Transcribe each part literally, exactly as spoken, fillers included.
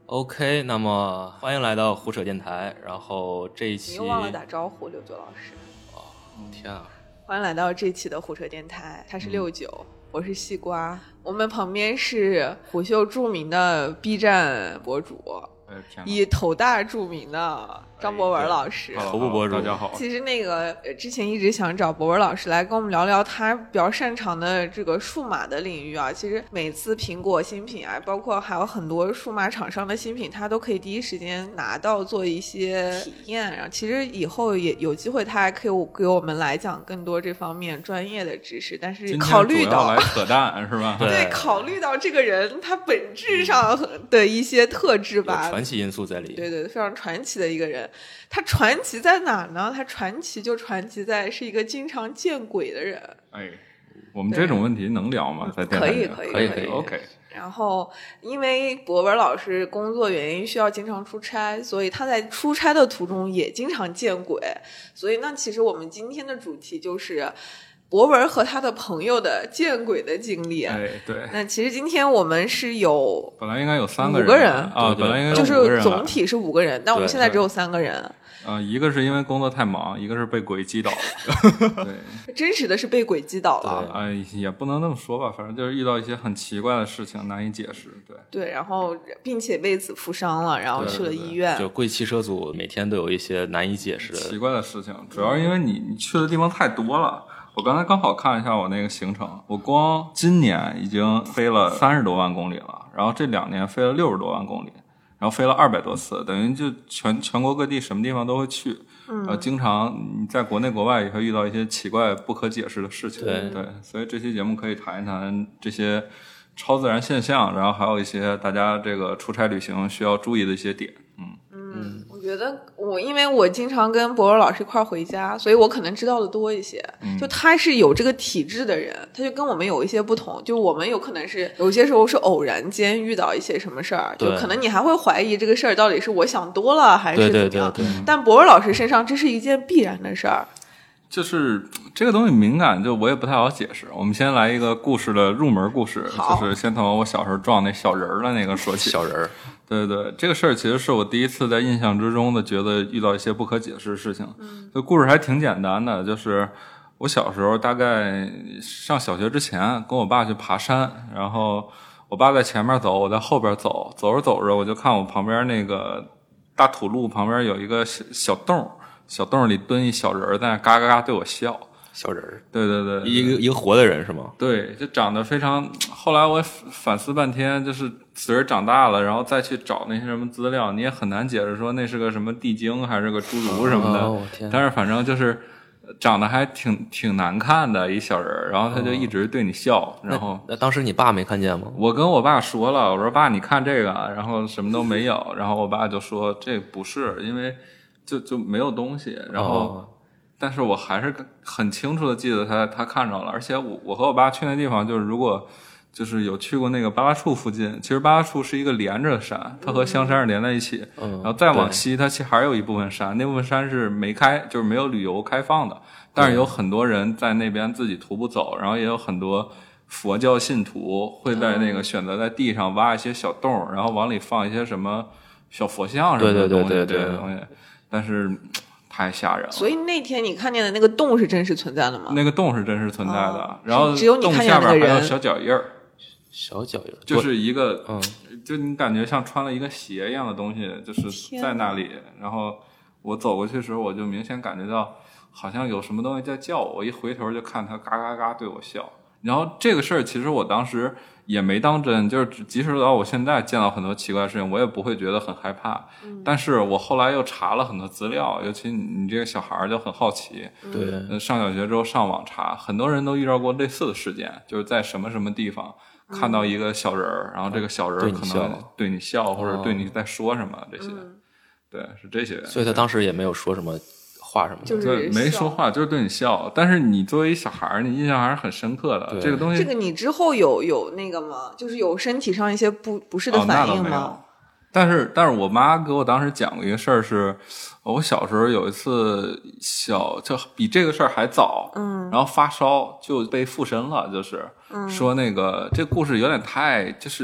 OK， 那么欢迎来到胡扯电台。然后这一期你又忘了打招呼，六九老师。 哦，天啊！ 欢迎来到这期的胡扯电台，他是六九、嗯，我是西瓜。我们旁边是虎嗅著名的 B 站博主，以头大著名的张博文老师， 头部博主。 大家好。 其实那个之前一直想找博文老师来跟我们聊聊他比较擅长的这个数码的领域啊。其实每次苹果新品啊，包括还有很多数码厂商的新品，他都可以第一时间拿到做一些体验。然后其实以后也有机会，他还可以给我们来讲更多这方面专业的知识。但是考虑到来扯淡是吧？ 对，考虑到这个人他本质上的一些特质吧， 有传奇因素在里。 对对，非常传奇的一个人。他传奇在哪呢？他传奇就传奇在是一个经常见鬼的人。 哎，我们这种问题能聊吗？在电台可以可以可以可以 OK。 然后因为博文老师工作原因需要经常出差，所以他在出差的途中也经常见鬼。所以那其实我们今天的主题就是博文和他的朋友的见鬼的经历。 哎，对。 那其实今天我们是有本来应该有三个人， 五个人啊，本来应该有就是总体是五个人，但我们现在只有三个人。 啊、呃，一个是因为工作太忙，一个是被鬼击倒了。 对，真实的是被鬼击倒了。 哎、呃，也不能那么说吧，反正就是遇到一些很奇怪的事情，难以解释。对对，然后并且为此负伤了，然后去了医院。 对对对，就贵汽车组每天都有一些难以解释的奇怪的事情，主要是因为你你去的地方太多了。我刚才刚好看一下我那个行程，我光今年已经飞了三十多万公里了，然后这两年飞了六十多万公里，然后飞了二百多次，等于就全全国各地什么地方都会去。嗯，呃，经常你在国内国外也会遇到一些奇怪不可解释的事情。 对对，所以这期节目可以谈一谈这些超自然现象，然后还有一些大家这个出差旅行需要注意的一些点。嗯嗯，我觉得我因为我经常跟博文老师一块回家，所以我可能知道的多一些。嗯、就他是有这个体质的人，他就跟我们有一些不同。就我们有可能是有些时候是偶然间遇到一些什么事儿，就可能你还会怀疑这个事儿到底是我想多了还是怎么样。 对对对对， 但博文老师身上这是一件必然的事儿。 就是这个东西敏感，就我也不太好解释。我们先来一个故事的入门故事，就是先从我小时候撞那小人儿的那个说起。 小人儿， 对对，这个事儿其实是我第一次在印象之中的觉得遇到一些不可解释的事情。嗯，这故事还挺简单的，就是我小时候大概上小学之前，跟我爸去爬山，然后我爸在前面走，我在后边走，走着走着我就看我旁边那个大土路旁边有一个小小洞。小洞里蹲一小人儿，在那嘎嘎嘎对我笑。 小人儿， 对对对， 一个一个活的人是吗？ 对，就长得非常。后来我反思半天，就是此人长大了，然后再去找那些什么资料，你也很难解释说那是个什么地精还是个侏儒什么的。 哦、 但是反正就是长得还挺挺难看的一小人，然后他就一直对你笑。哦、然后那, 那当时你爸没看见吗？ 我跟我爸说了，我说爸，你看这个，然后什么都没有。然后我爸就说这不是，因为。就就没有东西，然后、哦，但是我还是很清楚的记得他他看着了，而且我我和我爸去那地方，就是如果就是有去过那个八大处附近，其实八大处是一个连着的山，它和香山是连在一起，嗯，然后再往西，它其实还有一部分山，那部分山是没开，就是没有旅游开放的，但是有很多人在那边自己徒步走，然后也有很多佛教信徒会在那个选择在地上挖一些小洞，然后往里放一些什么小佛像什么的东西， 对对对对对这些东西。但是太吓人了， 所以那天你看见的那个洞是真实存在的吗？ 那个洞是真实存在的，哦、然后只有你看见那个人， 洞下边还有小脚印儿， 小脚印， 就是一个， 嗯， 就你感觉像穿了一个鞋一样的东西，就是在那里。然后我走过去的时候，我就明显感觉到好像有什么东西在叫我，我一回头就看他嘎嘎嘎对我笑。然后这个事儿其实我当时也没当真，就是即使到我现在见到很多奇怪的事情，我也不会觉得很害怕。嗯、但是我后来又查了很多资料，尤其你这个小孩就很好奇， 对、 嗯，上小学之后上网查，很多人都遇到过类似的事件，就是在什么什么地方看到一个小人儿、嗯，然后这个小人儿可能对你笑，或者对你在说什么、哦、这些、嗯，对，是这些。 所以他当时也没有说什么。话什么的， 就是没说话，就是对你笑。但是你作为一小孩，你印象还是很深刻的。这个东西， 这个你之后有有那个吗？就是有身体上一些不不适的反应吗？ 哦、但是，但是我妈给我当时讲过一个事儿，是我小时候有一次小，就比这个事儿还早，嗯，然后发烧就被附身了，就是、嗯、说那个这故事有点太就是。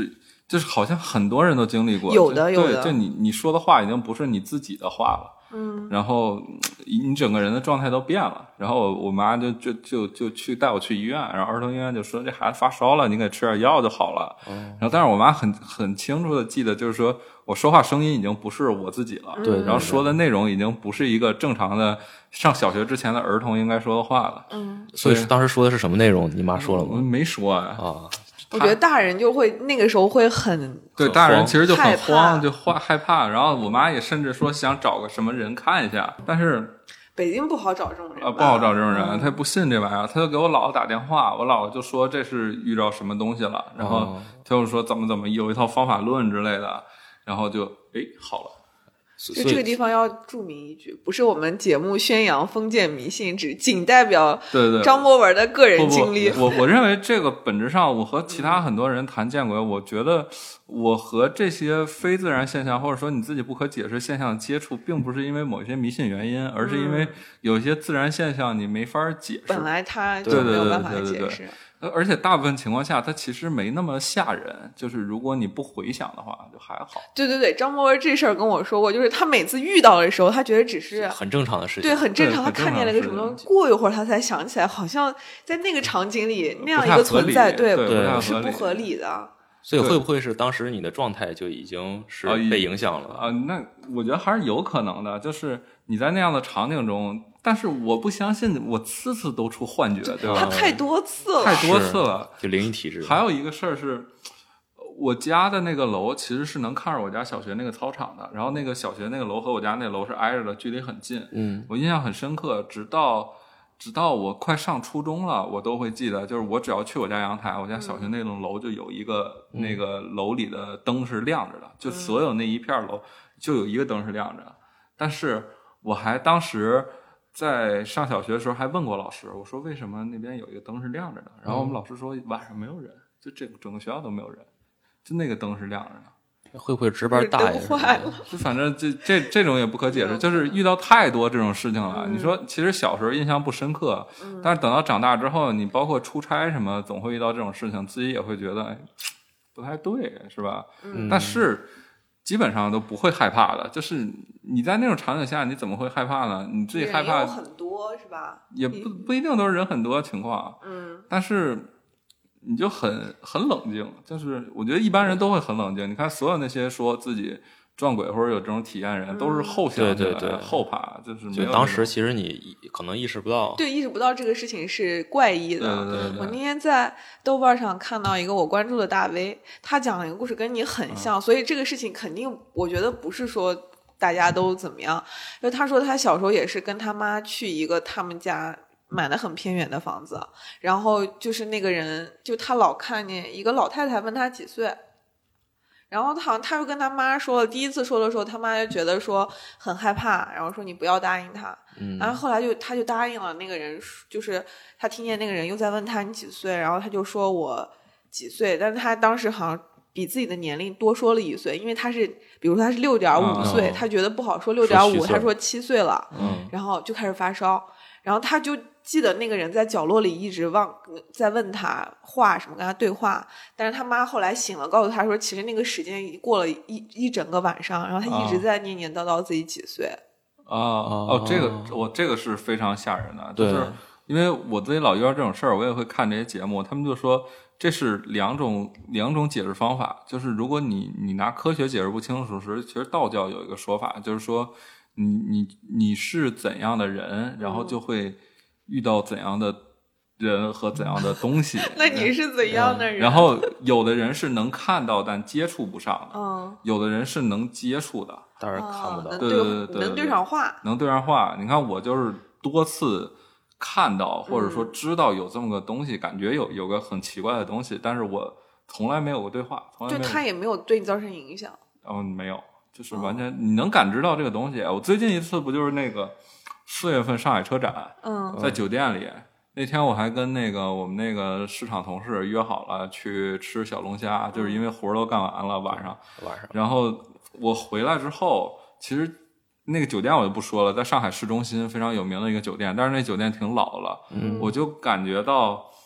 就是好像很多人都经历过， 有的有的， 对，就你你说的话已经不是你自己的话了。 嗯， 然后你整个人的状态都变了，然后我妈就就就就去带我去医院，然后儿童医院就说这孩子发烧了，你给吃点药就好了。嗯、然后但是我妈很很清楚的记得，就是说我说话声音已经不是我自己了， 对、嗯， 然后说的内容已经不是一个正常的上小学之前的儿童应该说的话了。 嗯， 所以当时说的是什么内容？你妈说了吗？ 我没说呀。 啊。 我觉得大人就会那个时候会很对大人其实就很慌，就慌害怕。然后我妈也甚至说想找个什么人看一下，但是北京不好找这种人啊，不好找这种人， 嗯、 他不信这玩意儿，他就给我姥姥打电话，我姥姥就说这是遇到什么东西了，然后他就说怎么怎么有一套方法论之类的，然后就哎好了。 就这个地方要注明一句，不是我们节目宣扬封建迷信，只仅代表对对张博文的个人经历。 不不我我认为这个本质上，我和其他很多人谈见鬼，我觉得我和这些非自然现象，或者说你自己不可解释现象接触，并不是因为某些迷信原因，而是因为有些自然现象你没法解释， 本来它就没有办法解释。 对对对对对对而且大部分情况下它其实没那么吓人，就是如果你不回想的话就还好。 对对对，张博文这事儿跟我说过，就是他每次遇到的时候他觉得只是很正常的事情， 对很正常，他看见了个什么东西，过一会儿他才想起来好像在那个场景里那样一个存在， 对对是不合理的。 所以会不会是当时你的状态就已经是被影响了啊、呃？那我觉得还是有可能的，就是你在那样的场景中，但是我不相信我次次都出幻觉，对吧？ 他太多次了， 太多次了， 就灵异体质。 还有一个事儿是，我家的那个楼其实是能看着我家小学那个操场的，然后那个小学那个楼和我家那楼是挨着的，距离很近。 嗯， 我印象很深刻，直到。直到我快上初中了，我都会记得，就是我只要去我家阳台，我家小学那栋楼就有一个、嗯、那个楼里的灯是亮着的，就所有那一片楼就有一个灯是亮着。但是我还当时在上小学的时候还问过老师，我说为什么那边有一个灯是亮着的？然后我们老师说晚上没有人，就这个整个学校都没有人，就那个灯是亮着的。 会不会值班大爷？ 就反正这这这种也不可解释，就是遇到太多这种事情了。嗯、你说，其实小时候印象不深刻，嗯、但是等到长大之后，你包括出差什么，总会遇到这种事情，自己也会觉得哎不太对，是吧？ 嗯、 但是基本上都不会害怕的。就是你在那种场景下，你怎么会害怕呢？你自己害怕人有很多是吧？ 也不不一定都是人很多情况， 嗯， 但是。你就很很冷静，就是我觉得一般人都会很冷静。你看，所有那些说自己撞鬼或者有这种体验人，嗯、都是后想对对对后怕，就是没有就当时其实你可能意识不到， 对，意识不到这个事情是怪异的。 对对对对我那天在豆瓣上看到一个我关注的大 V， 他讲了一个故事跟你很像，嗯、所以这个事情肯定我觉得不是说大家都怎么样，因为他说他小时候也是跟他妈去一个他们家。买的很偏远的房子，然后就是那个人，就他老看见一个老太太问他几岁，然后他好像他又跟他妈说了，第一次说的时候，他妈就觉得说很害怕，然后说你不要答应他， 嗯， 然后后来就他就答应了。那个人就是他听见那个人又在问他你几岁，然后他就说我几岁，但是他当时好像比自己的年龄多说了一岁，因为他是比如说他是六点五岁， 哦、 他觉得不好说六点五，他说七岁了， 嗯， 然后就开始发烧，然后他就。记得那个人在角落里一直忘在问他话什么，跟他对话，但是他妈后来醒了，告诉他说，其实那个时间已经过了一一整个晚上，然后他一直在念念叨叨自己几岁。 啊哦，哦，这个我这个是非常吓人的，就是因为我自己老遇到这种事儿，我也会看这些节目，他们就说这是两种两种解释方法，就是如果你你拿科学解释不清楚时，其实道教有一个说法，就是说你你你是怎样的人，然后就会。遇到怎样的人和怎样的东西那你是怎样的人、 嗯、然后有的人是能看到但接触不上的、 嗯、 有的人是能接触的当然看不到、 哦、 对对对对， 能对上话能对上话。你看我就是多次看到或者说知道有这么个东西、嗯、感觉有有个很奇怪的东西，但是我从来没有过对话，从来没有， 就他也没有对你造成影响。 嗯，没有，就是完全、哦、你能感知到这个东西。我最近一次不就是那个四月份上海车展， 嗯， 在酒店里，那天我还跟那个我们那个市场同事约好了去吃小龙虾，嗯、就是因为活都干完了晚上， 晚上， 然后我回来之后，其实那个酒店我就不说了，在上海市中心非常有名的一个酒店，但是那酒店挺老了， 嗯， 我就感觉到，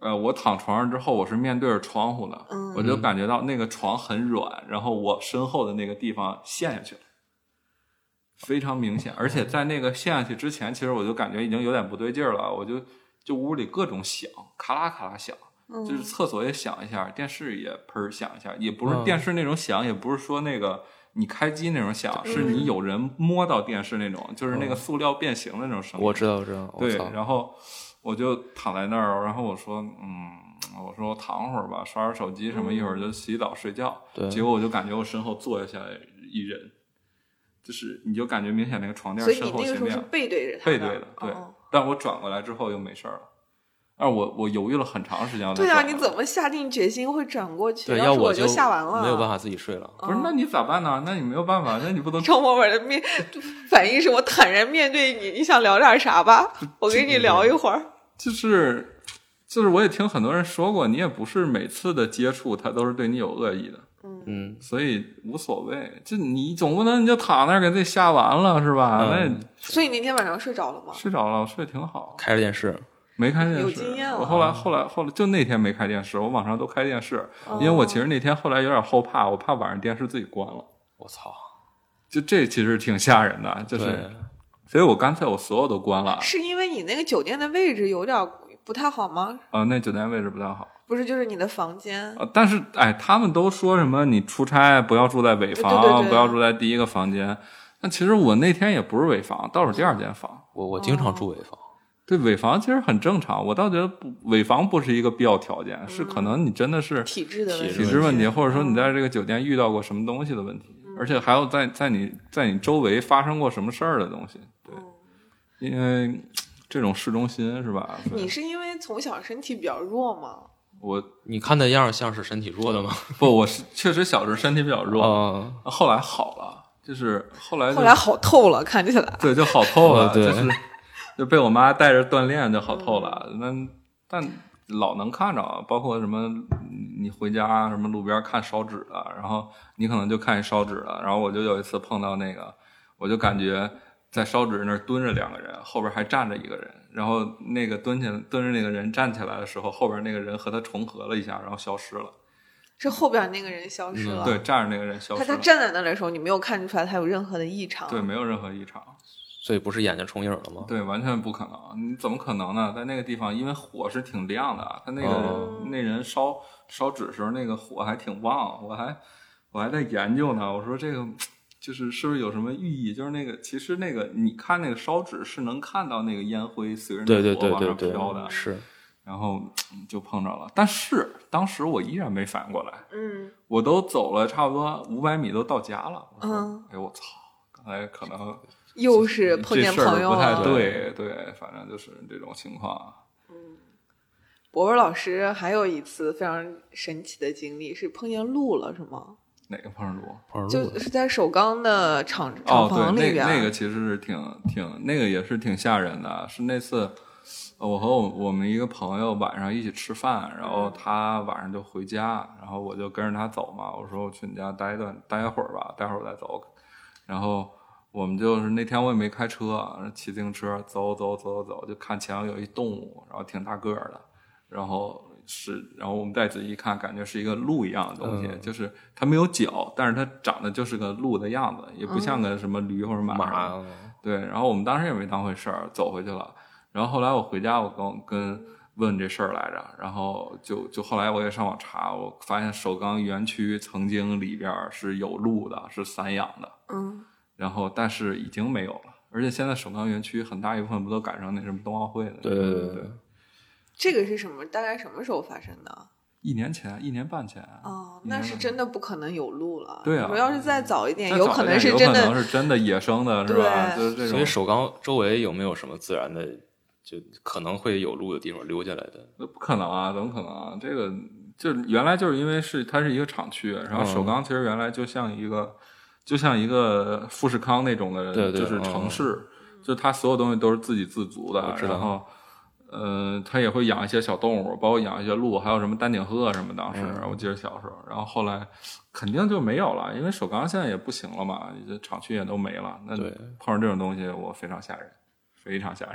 呃，我躺床上之后，我是面对着窗户的， 嗯、 我就感觉到那个床很软，然后我身后的那个地方陷下去了，非常明显。而且在那个陷下去之前，其实我就感觉已经有点不对劲儿了，我就就屋里各种响，咔啦咔啦响， 嗯、 就是厕所也响一下，电视也砰响一下，也不是电视那种响，嗯、也不是说那个你开机那种响，是你有人摸到电视那种，嗯、就是那个塑料变形的那种声音。 我知道，我知道。 对，然后我就躺在那儿，然后我说，嗯，我说我躺会儿吧，刷刷手机什么，一会儿就洗澡睡觉。 对， 结果我就感觉我身后坐下来一人，就是你就感觉明显那个床垫身后斜面， 所以你那个时候是背对着他背对的，对。 哦、 但我转过来之后又没事了。但我我犹豫了很长时间。 对啊，你怎么下定决心会转过去？ 对， 要是我就下完了， 没有办法自己睡了。 不是，那你咋办呢？那你没有办法，那你不能。 张默默的面反应是我坦然面对你，你想聊点啥吧？我跟你聊一会儿。 就是就是，我也听很多人说过，你也不是每次的接触他都是对你有恶意的， 嗯， 所以无所谓。就你总不能你就躺那儿给自己吓完了是吧？ 嗯、 那所以那天晚上睡着了吗？ 睡着了，我睡得挺好。 开着电视。 没开电视， 有经验了。 我后来后来后来就那天没开电视，我晚上都开电视，哦、因为我其实那天后来有点后怕，我怕晚上电视自己关了。 我操！ 就这其实挺吓人的，就是，所以我干脆我所有都关了。 是因为你那个酒店的位置有点不太好吗？ 啊、呃，那酒店位置不太好。 不是，就是你的房间。 呃，但是哎，他们都说什么你出差不要住在尾房， 对对对， 不要住在第一个房间。但其实我那天也不是尾房，倒是第二间房。 我我经常住尾房。 哦对，尾房其实很正常，我倒觉得不尾房不是一个必要条件，嗯、是可能你真的是体质的问题， 体质问题，或者说你在这个酒店遇到过什么东西的问题，嗯、而且还有在在你在你周围发生过什么事儿的东西。对，嗯、因为这种市中心是吧？ 你是因为从小身体比较弱吗？ 我你看的样像是身体弱的吗？ 不，我是确实小时候身体比较弱， 哦、 后来好了，就是后来后来好透了，看起来对，就好透了， 对。 就是就被我妈带着锻炼就好透了，那、嗯、但老能看着，包括什么你回家什么路边看烧纸的，然后你可能就看一烧纸的，然后我就有一次碰到那个，我就感觉在烧纸那儿蹲着两个人，后边还站着一个人，然后那个蹲起来蹲着那个人站起来的时候，后边那个人和他重合了一下，然后消失了。 是后边那个人消失了， 嗯、对，站着那个人消失了。 他他站在那的时候，你没有看出来他有任何的异常。 对，没有任何异常。 所以不是眼睛重影了吗？ 对，完全不可能。你怎么可能呢？在那个地方，因为火是挺亮的，他那个、哦、那人烧烧纸时候，那个火还挺旺。我还我还在研究呢。我说这个就是是不是有什么寓意？就是那个其实那个你看那个烧纸是能看到那个烟灰随着那个火往上飘的， 是。 然后就碰着了，但是当时我依然没反应过来。 嗯， 我都走了差不多五百米，都到家了。我说嗯， 哎我操，刚才可能。 又是碰见朋友了， 不太对对，反正就是这种情况。 嗯，博文老师还有一次非常神奇的经历，是碰见鹿了，是吗？ 哪个碰见鹿？ 碰见鹿就是在首钢的厂厂房里边。 哦，对，那那个其实是挺挺那个也是挺吓人的。是那次我和我我们一个朋友晚上一起吃饭，然后他晚上就回家，然后我就跟着他走嘛。我说我去你家待一段待一会儿吧，待会儿我再走。然后。我们就是那天我也没开车，骑自行车走走走走，就看前面有一动物，然后挺大个儿的，然后是，然后我们再仔细一看，感觉是一个鹿一样的东西，嗯、就是它没有脚，但是它长得就是个鹿的样子，也不像个什么驴或者马。马、嗯、对，然后我们当时也没当回事儿，走回去了。然后后来我回家，我跟跟问这事儿来着，然后就就后来我也上网查，我发现首钢园区曾经里边是有鹿的，是散养的。 嗯。 然后，但是已经没有了，而且现在首钢园区很大一部分不都赶上那什么冬奥会了？ 对对对对。 这个是什么？大概什么时候发生的？ 一年前，一年半前。 哦，那是真的不可能有鹿了。 对啊， 你说要是再早一点， 有可能是真的， 有可能是真的野生的，是吧？就是这种。 所以首钢周围有没有什么自然的，就可能会有鹿的地方溜下来的？ 那不可能啊，怎么可能啊？这个就原来就是因为是它是一个厂区，然后首钢其实原来就像一个。嗯就像一个富士康那种的， 对对就是城市，嗯、就它所有东西都是自给自足的。然后，呃，他也会养一些小动物，包括养一些鹿，还有什么丹顶鹤什么。当时、嗯、我记得小时候，然后后来肯定就没有了，因为首钢现在也不行了嘛，这厂区也都没了。那碰上这种东西，我非常吓人，非常吓人。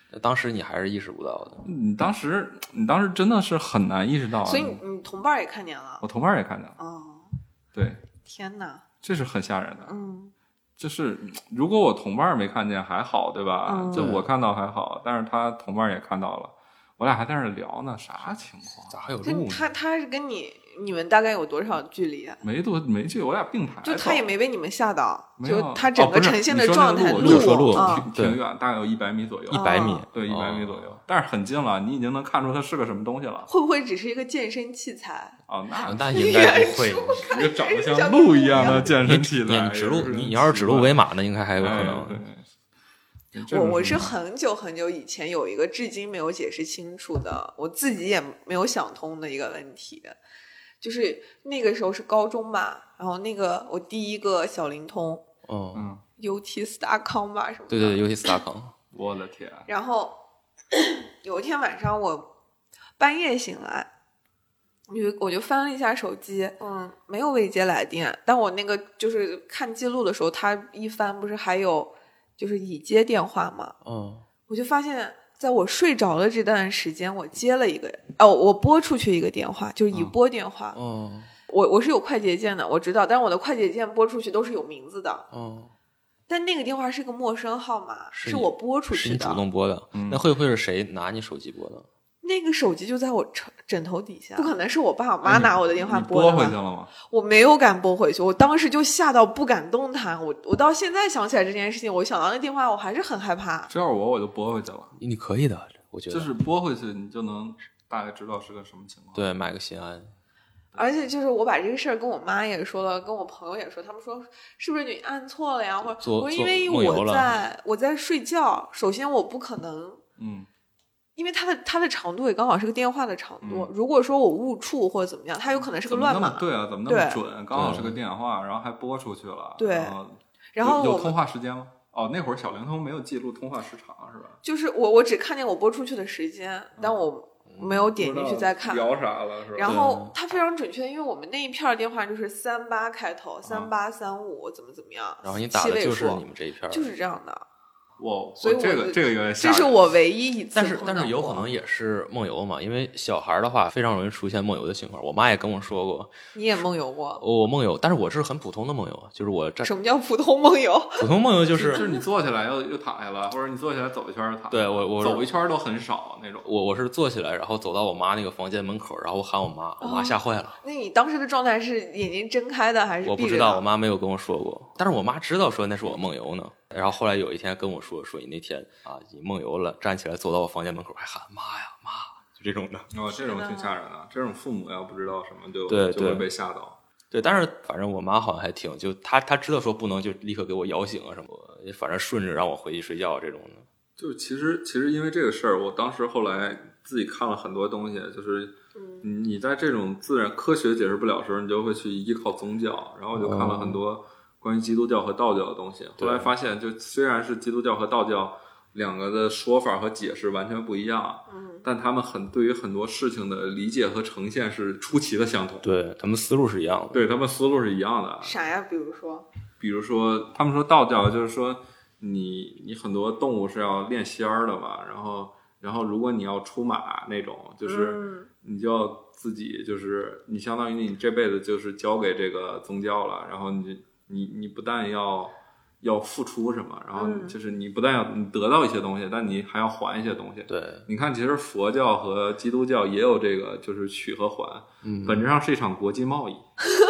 当时你还是意识不到的。 你当时你当时真的是很难意识到、啊， 所以你你同伴也看见了？ 我同伴也看见了。 哦， 对， 天哪， 这是很吓人的。 嗯， 就是如果我同伴没看见还好，对吧？ 嗯、 就我看到还好，但是他同伴也看到了，我俩还在那聊呢，啥情况？ 咋还有路呢？ 他他是跟你你们大概有多少距离、啊？ 没多没距离，我俩并排。 就他也没被你们吓到， 就他整个呈现的状态， 哦、 路说路挺挺远，大概有一百米左右。 一百米， 对，一百米左右，但是很近了，你已经能看出它是个什么东西了。 会不会只是一个健身器材？ 哦，那那应该不会， 一个长得像鹿一样的健身器材。 你指路，你要是指鹿为马呢，应该还有可能。 哎、 我我是很久很久以前有一个至今没有解释清楚的，我自己也没有想通的一个问题。就是那个时候是高中吧，然后那个我第一个小灵通， 嗯 ，U T Starcom 吧什么的， 对对对 ，U T Starcom， 我的天！ 然后有一天晚上我半夜醒来，我就我就翻了一下手机，嗯，没有未接来电，但我那个就是看记录的时候，它一翻不是还有就是已接电话吗？ 嗯， 我就发现。在我睡着的这段时间，我接了一个哦，我拨出去一个电话，就是已拨电话。 哦， 我我是有快捷键的，我知道，但是我的快捷键拨出去都是有名字的。 哦， 但那个电话是个陌生号码， 是是我拨出去的， 是你主动拨的。 嗯、 那会不会是谁拿你手机拨的？ 那个手机就在我枕头底下，不可能是我爸我妈拿我的电话拨的、 哎、拨回去了吗？ 我没有敢拨回去，我当时就吓到不敢动弹。我我到现在想起来这件事情，我想到那电话，我还是很害怕。 这要是我，我就拨回去了。 你可以的，我觉得就是拨回去，你就能大概知道是个什么情况。 对，买个心安。 而且就是我把这个事儿跟我妈也说了，跟我朋友也说，他们说是不是你按错了呀？或者我因为我在我在睡觉，首先我不可能， 嗯。 因为它的它的长度也刚好是个电话的长度、嗯，如果说我误触或者怎么样，它有可能是个乱码。 对啊，怎么那么准？刚好是个电话，然后还拨出去了。 对， 然后然后有通话时间吗？哦，那会儿小灵通没有记录通话时长是吧？ 就是我我只看见我拨出去的时间，嗯、但我没有点进去再看。 聊啥了是吧？ 然后它非常准确，因为我们那一片电话就是三八开头，三八三五怎么怎么样。 然后你打的就是你们这一片， 就是这样的。 我所以这个这个有点吓人，这是我唯一一次。 但是但是有可能也是梦游嘛，因为小孩的话非常容易出现梦游的情况。我妈也跟我说过， 你也梦游过？ 我梦游，但是我是很普通的梦游，就是我这什么叫普通梦游？ 普通梦游就是就是你坐起来又又躺下了，或者你坐起来走一圈又躺下。 对我我走一圈都很少那种。 我我是坐起来，然后走到我妈那个房间门口，然后我喊我妈，我妈吓坏了。 哦、那你当时的状态是眼睛睁开的还是闭着的？ 我不知道，我妈没有跟我说过，但是我妈知道说那是我梦游呢。然后后来有一天跟我说，说你那天啊，你梦游了，站起来走到我房间门口还喊妈呀妈，就这种的。 哦，这种挺吓人的，这种父母要不知道什么就对就会被吓到。 对，但是反正我妈好像还挺，就她她知道说不能就立刻给我摇醒啊什么，反正顺着让我回去睡觉这种的。 就其实其实因为这个事儿，我当时后来自己看了很多东西，就是你在这种自然科学解释不了的时候，你就会去依靠宗教，然后我就看了很多。哦关于基督教和道教的东西，后来发现，就虽然是基督教和道教两个的说法和解释完全不一样， 嗯， 但他们很对于很多事情的理解和呈现是出奇的相同。 对，他们思路是一样的。 对，他们思路是一样的。 啥呀？比如说， 比如说，他们说道教就是说你，你很多动物是要练仙儿的嘛，然后，然后如果你要出马那种，就是你就要自己，就是你相当于你这辈子就是交给这个宗教了，然后你。你你不但要要付出什么，然后就是你不但要你得到一些东西，但你还要还一些东西。 对， 你看，其实佛教和基督教也有这个，就是取和还， 嗯， 本质上是一场国际贸易。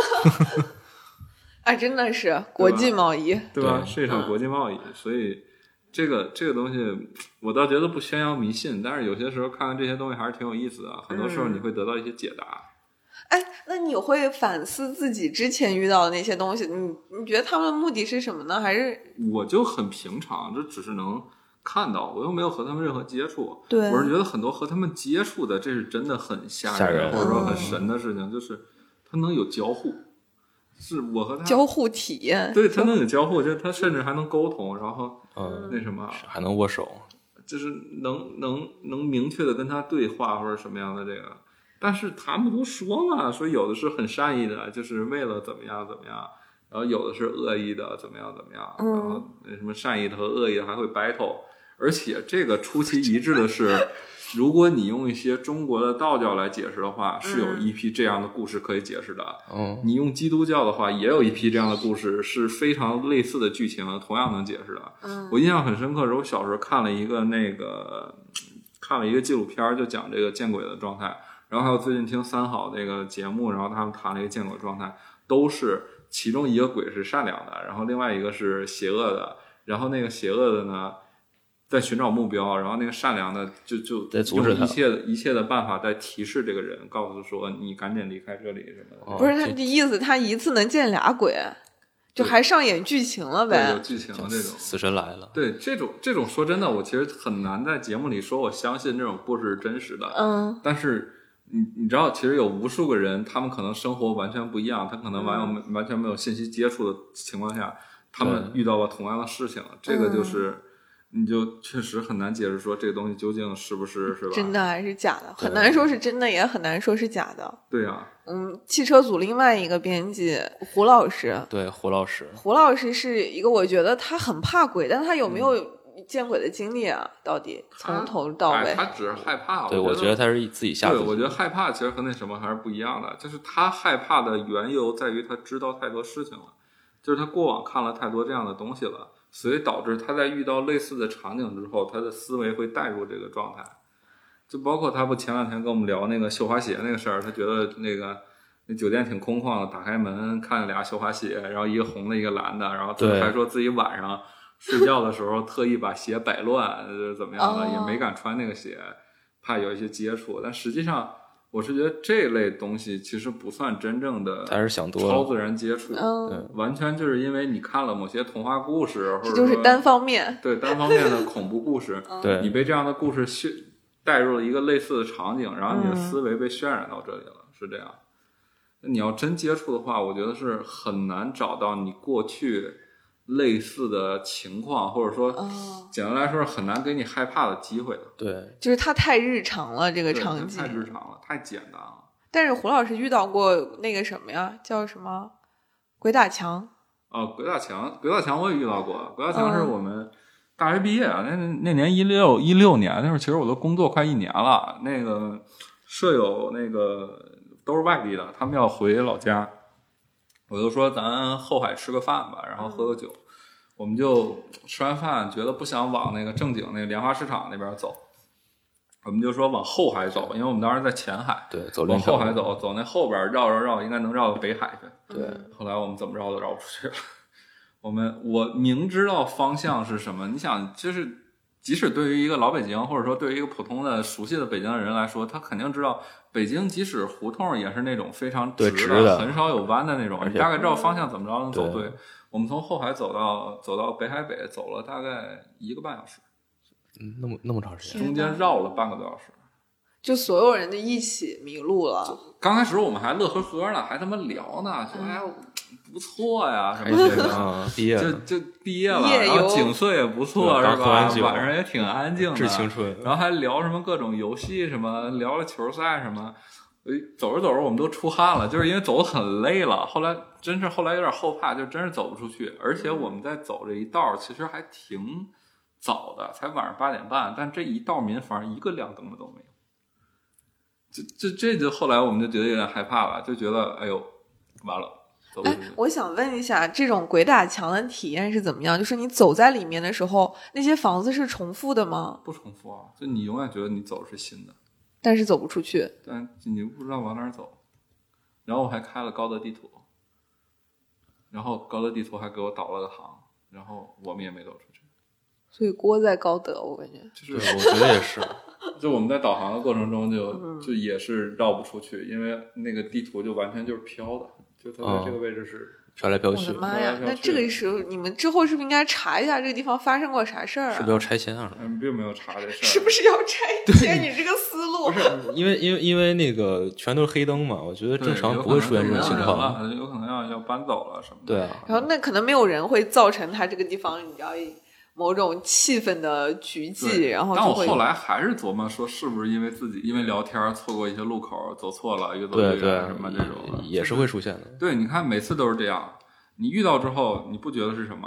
啊，真的是国际贸易， 对吧？是一场国际贸易，嗯、所以这个这个东西，我倒觉得不宣扬迷信，但是有些时候看看这些东西还是挺有意思的。很多时候你会得到一些解答。 嗯哎，那你会反思自己之前遇到的那些东西？你你觉得他们的目的是什么呢？还是我就很平常，这只是能看到，我又没有和他们任何接触。 对， 我是觉得很多和他们接触的，这是真的很吓人， 吓人或者说很神的事情，嗯、就是他能有交互，是我和他交互体验。 对，他能有交互，就他甚至还能沟通，然后嗯， 那什么还能握手， 就是能能能明确的跟他对话或者什么样的这个。但是他们都说嘛，说有的是很善意的，就是为了怎么样怎么样，然后有的是恶意的，怎么样怎么样， 嗯、 然后那什么善意的和恶意的还会 battle， 而且这个出奇一致的是，如果你用一些中国的道教来解释的话，是有一批这样的故事可以解释的。 嗯， 你用基督教的话，也有一批这样的故事，是非常类似的剧情，同样能解释的。 嗯， 我印象很深刻，是我小时候看了一个那个看了一个纪录片，就讲这个见鬼的状态。然后还有最近听三好那个节目，然后他们谈了一个见鬼状态，都是其中一个鬼是善良的，然后另外一个是邪恶的，然后那个邪恶的呢在寻找目标，然后那个善良的就就在阻止他， 用一切一切的办法在提示这个人，告诉说你赶紧离开这里什么的。 哦、 不是他的意思，他一次能见俩鬼，就还上演剧情了呗？ 对，有剧情了这种。 死神来了。 对，这种这种说真的，我其实很难在节目里说我相信这种故事是真实的。 嗯， 但是你你知道，其实有无数个人，他们可能生活完全不一样，他可能完全、嗯、完全没有信息接触的情况下，他们遇到了同样的事情，这个就是。嗯，你就确实很难解释说这个东西究竟是不是是吧？ 真的还是假的？很难说是真的，也很难说是假的。 对呀、啊， 嗯，汽车组另外一个编辑胡老师， 对胡老师， 胡老师是一个我觉得他很怕鬼，但他有没有见鬼的经历啊？到底从头到尾， 哎、他只是害怕。 对，我觉得他是自己吓自己。 对，我觉得害怕其实和那什么还是不一样的，就是他害怕的缘由在于他知道太多事情了，就是他过往看了太多这样的东西了。所以导致他在遇到类似的场景之后，他的思维会带入这个状态。就包括他不前两天跟我们聊那个绣花鞋那个事儿，他觉得那个那酒店挺空旷的，打开门看俩绣花鞋，然后一个红的一个蓝的，然后他还说自己晚上睡觉的时候特意把鞋摆乱怎么样的，也没敢穿那个鞋，怕有一些接触。但实际上我是觉得这类东西其实不算真正的超自然接触， 嗯， 完全就是因为你看了某些童话故事，或者就是单方面， 对单方面的恐怖故事， 对， 你被这样的故事带入了一个类似的场景，然后你的思维被渲染到这里了，嗯、是这样。你要真接触的话，我觉得是很难找到你过去类似的情况，或者说、哦、简单来说是很难给你害怕的机会的。 对， 就是它太日常了，这个场景太日常了，太简单了。 但是胡老师遇到过那个什么呀，叫什么鬼打墙？ 哦，鬼打墙，鬼打墙我也遇到过。鬼打墙是我们大学毕业啊，嗯、那那年一六一六年，那时候其实我都工作快一年了。那个舍友那个都是外地的，他们要回老家。我就说咱后海吃个饭吧，然后喝个酒、嗯、我们就吃完饭觉得不想往那个正经那个莲花市场那边走，我们就说往后海走，因为我们当时在前海， 对，走往后海走，走那后边绕绕绕应该能绕到北海去。 对， 后来我们怎么绕都绕不出去了。我们我明知道方向是什么，你想就是即使对于一个老北京，或者说对于一个普通的熟悉的北京的人来说，他肯定知道北京即使胡同也是那种非常直 的, 直的很少有弯的那种，你大概知道方向怎么着能走 对, 对我们从后海走到走到北海北走了大概一个半小时， 嗯，那么那么长时间， 中间绕了半个多小时， 就所有人的一起迷路了。 刚开始我们还乐呵呵呢，还他妈聊呢，说哎不错呀什么的， 嗯，毕业就就毕业了，然后景色也不错，是吧？晚上也挺安静的， 致青春。 然后还聊什么各种游戏什么，聊了球赛什么。走着走着我们都出汗了，就是因为走得很累了。后来真是后来有点后怕，就真是走不出去。而且我们在走这一道其实还挺早的，才晚上八点半，但这一道民房一个亮灯的都没有。这这这就后来我们就觉得有点害怕了，就觉得哎呦完了。 哎，我想问一下，这种鬼打墙的体验是怎么样？就是你走在里面的时候，那些房子是重复的吗？ 不重复啊，就你永远觉得你走的是新的， 但是走不出去。 但你不知道往哪儿走。然后我还开了高德地图，然后高德地图还给我导了个航，然后我们也没走出去。 所以锅在高德，我感觉。 就是我觉得也是。 就我们在导航的过程中就，就就也是绕不出去，因为那个地图就完全就是飘的。就它在这个位置是飘来飘去。 我的妈呀！那这个时候你们之后是不是应该查一下这个地方发生过啥事儿啊？ 是不是要拆迁啊？ 嗯，并没有查这事儿。 是不是要拆迁？你这个思路不是因为因为因为那个全都是黑灯嘛，我觉得正常不会出现这种情况。 有可能要要搬走了什么的。 对啊。 然后那可能没有人会造成它这个地方你知道某种气氛的局迹，然后就会。 但我后来还是琢磨说，是不是因为自己因为聊天错过一些路口，走错了，越走越远什么这种， 也是会出现的。 对，你看每次都是这样，你遇到之后你不觉得是什么，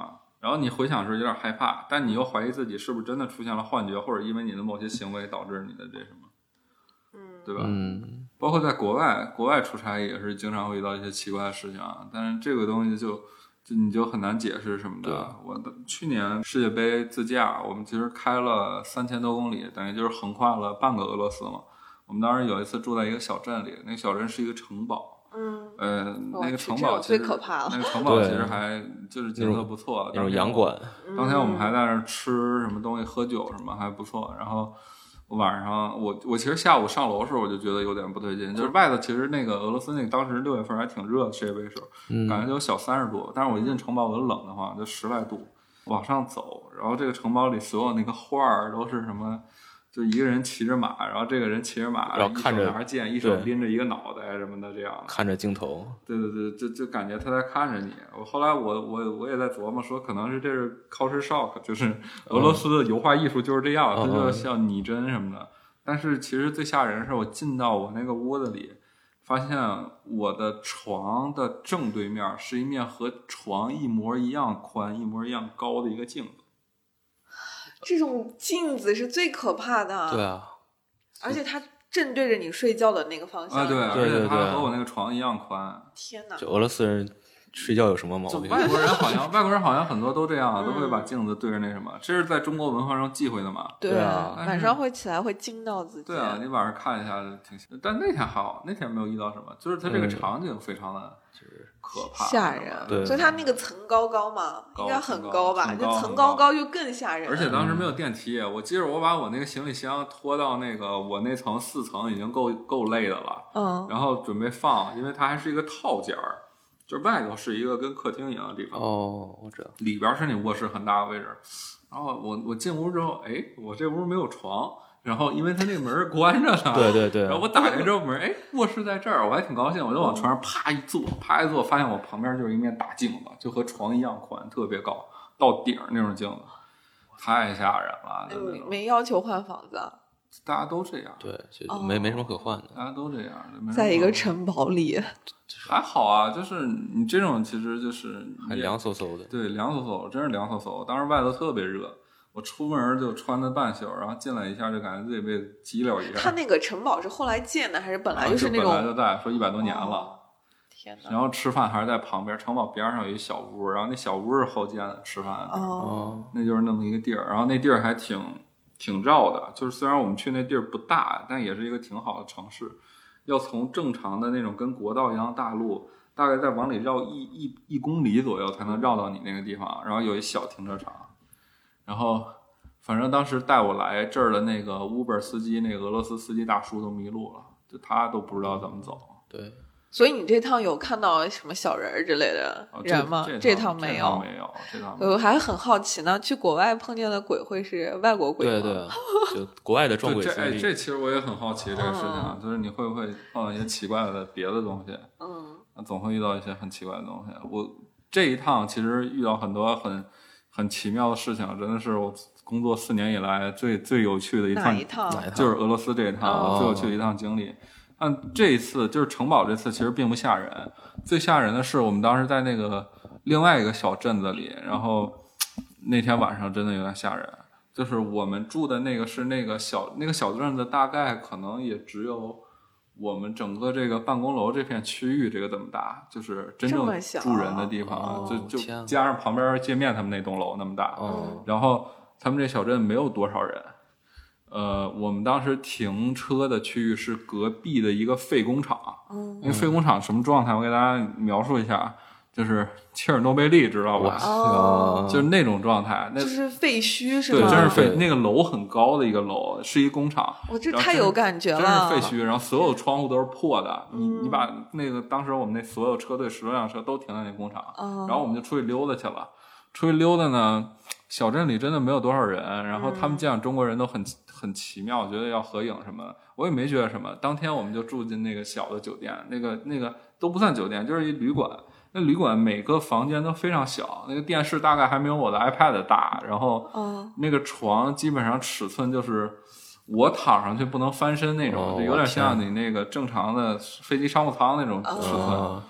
然后你回想时有点害怕，但你又怀疑自己是不是真的出现了幻觉，或者因为你的某些行为导致你的这什么，嗯，对吧？ 嗯， 包括在国外，国外出差也是经常会遇到一些奇怪的事情啊，但是这个东西就就你就很难解释什么的。我的去年世界杯自驾，我们其实开了三千多公里，等于就是横跨了半个俄罗斯嘛。我们当时有一次住在一个小镇里，那个小镇是一个城堡， 嗯， 呃，那个城堡其实最可怕了。 那个城堡其实还就是景色不错， 那种洋馆。 当天我们还在那儿吃什么东西、喝酒什么还不错。然后晚上我我其实下午上楼的时候我就觉得有点不对劲，就是外头其实那个俄罗斯那个当时六月份还挺热的，世界杯时候，嗯、感觉就有小三十度，但是我一进城堡我就冷的话就十来度。往上走，然后这个城堡里所有那个画儿都是什么？就一个人骑着马，然后这个人骑着马， 然后看着一手拿剑，一手拎着一个脑袋什么的，这样看着镜头。 对对对，就就感觉他在看着你。我后来我我我也在琢磨说，可能是这是 culture shock， 就是俄罗斯的油画艺术就是这样，它、嗯、就像拟真什么的。但是其实最吓人的是，我进到我那个屋子里，发现我的床的正对面是一面和床一模一样宽、一模一样高的一个镜子。 这种镜子是最可怕的。 对啊， 而且它正对着你睡觉的那个方向。 啊，对， 对对对， 而且它和我那个床一样宽。 天哪！ 就俄罗斯人睡觉有什么毛病？ 外国人好像外国人好像很多都这样，都会把镜子对着那什么。这是在中国文化上忌讳的嘛？ 对啊，晚上会起来会惊到自己。 对啊，你晚上看一下挺。但那天还好，那天没有遇到什么，就是它这个场景非常的。可怕吓人， 对， 所以它那个层高高嘛，应该很高吧？就层高高就更吓人。 而且当时没有电梯，我记得我把我那个行李箱拖到那个我那层四层已经够够累的了，嗯，然后准备放，因为它还是一个套间儿，就是外头是一个跟客厅一样的地方。 哦，我知道， 里边是你卧室很大的位置。然后我我进屋之后，哎，我这屋没有床。然后因为他那门关着呢， 对对对， 然后我打开之后门，哎，卧室在这儿，我还挺高兴，我就往床上啪一坐，啪一坐，发现我旁边就是一面大镜子，就和床一样宽，特别高，到顶那种镜子，太吓人了。 没没要求换房子啊？ 大家都这样， 对，就没、哦、没什么可换的， 大家都这样， 在一个城堡里， 还好啊，就是你这种其实就是很凉飕飕的， 对，凉飕飕，真是凉飕飕。当时外头特别热，我出门就穿的半袖，然后进来一下就感觉自己被激溜一下。 他那个城堡是后来建的，还是本来就是那种？ 啊、本来就在，说一百多年了。 哦天哪！ 然后吃饭还是在旁边，城堡边上有一小屋，然后那小屋是后建的，吃饭的。 哦， 那就是那么一个地儿，然后那地儿还挺挺绕的，就是虽然我们去那地儿不大，但也是一个挺好的城市。要从正常的那种跟国道一样大路，大概再往里绕一一一公里左右才能绕到你那个地方，然后有一小停车场。然后反正当时带我来这儿的那个 Uber 司机，那个俄罗斯司机大叔都迷路了，就他都不知道怎么走。 对。 所以你这趟有看到什么小人之类的人吗？ 哦、这, 这, 这趟没有， 没有，这趟我还很好奇呢。去国外碰见的鬼会是外国鬼吗？ 对对，就国外的撞鬼经历。 这, 这其实我也很好奇这个事情，嗯、就是你会不会碰到一些奇怪的别的东西？ 嗯， 总会遇到一些很奇怪的东西。我这一趟其实遇到很多很很奇妙的事情，真的是我工作四年以来最最有趣的一趟。 哪一趟？ 就是俄罗斯这一趟， 哦、 最有趣的一趟经历。但这一次就是城堡这次其实并不吓人，最吓人的是我们当时在那个另外一个小镇子里，然后那天晚上真的有点吓人，就是我们住的那个是那个小那个小镇子，大概可能也只有我们整个这个办公楼这片区域这个这么大，就是真正住人的地方， 哦、 就就加上旁边界面他们那栋楼那么大， 哦、 然后他们这小镇没有多少人。呃，我们当时停车的区域是隔壁的一个废工厂， 嗯， 那个废工厂什么状态？我给大家描述一下，就是切尔诺贝利，知道吧？ 哦， 就是那种状态，那就是废墟是吗？ 对，真是废。那个楼很高的一个楼，是一工厂。 我这太有感觉了， 真是废墟。然后所有窗户都是破的，嗯、你你把那个当时我们那所有车队十多辆车都停在那工厂， 哦、 然后我们就出去溜达去了。出去溜达呢，小镇里真的没有多少人，然后他们见中国人都很。很奇妙，觉得要合影什么的，我也没觉得什么。当天我们就住进那个小的酒店，那个那个都不算酒店，就是一旅馆。那旅馆每个房间都非常小，那个电视大概还没有我的 iPad 大，然后那个床基本上尺寸就是我躺上去不能翻身那种， 哦、 就有点像你那个正常的飞机商务舱那种尺寸。 哦